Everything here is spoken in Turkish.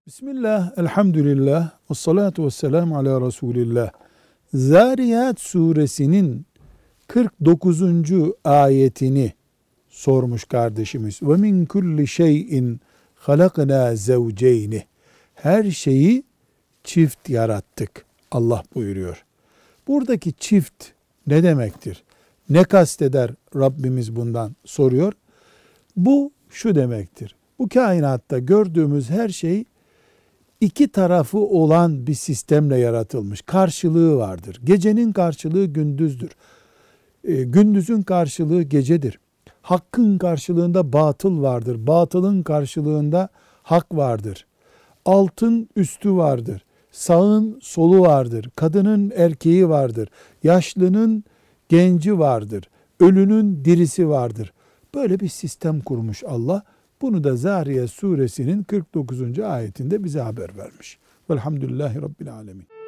Bismillah, elhamdülillah, ve salatu ve selamu ala Resulillah. Zariyat suresinin 49. ayetini sormuş kardeşimiz. Ve min kulli şeyin halakna zevceyni. Her şeyi çift yarattık. Allah buyuruyor. Buradaki çift ne demektir? Ne kasteder Rabbimiz bundan soruyor. Bu şu demektir. Bu kainatta gördüğümüz her şey İki tarafı olan bir sistemle yaratılmış. Karşılığı vardır. Gecenin karşılığı gündüzdür. Gündüzün karşılığı gecedir. Hakkın karşılığında batıl vardır. Batılın karşılığında hak vardır. Altın üstü vardır. Sağın solu vardır. Kadının erkeği vardır. Yaşlının genci vardır. Ölünün dirisi vardır. Böyle bir sistem kurmuş Allah. Bunu da Zariyat suresinin 49. ayetinde bize haber vermiş. Velhamdülillahi Rabbil alemin.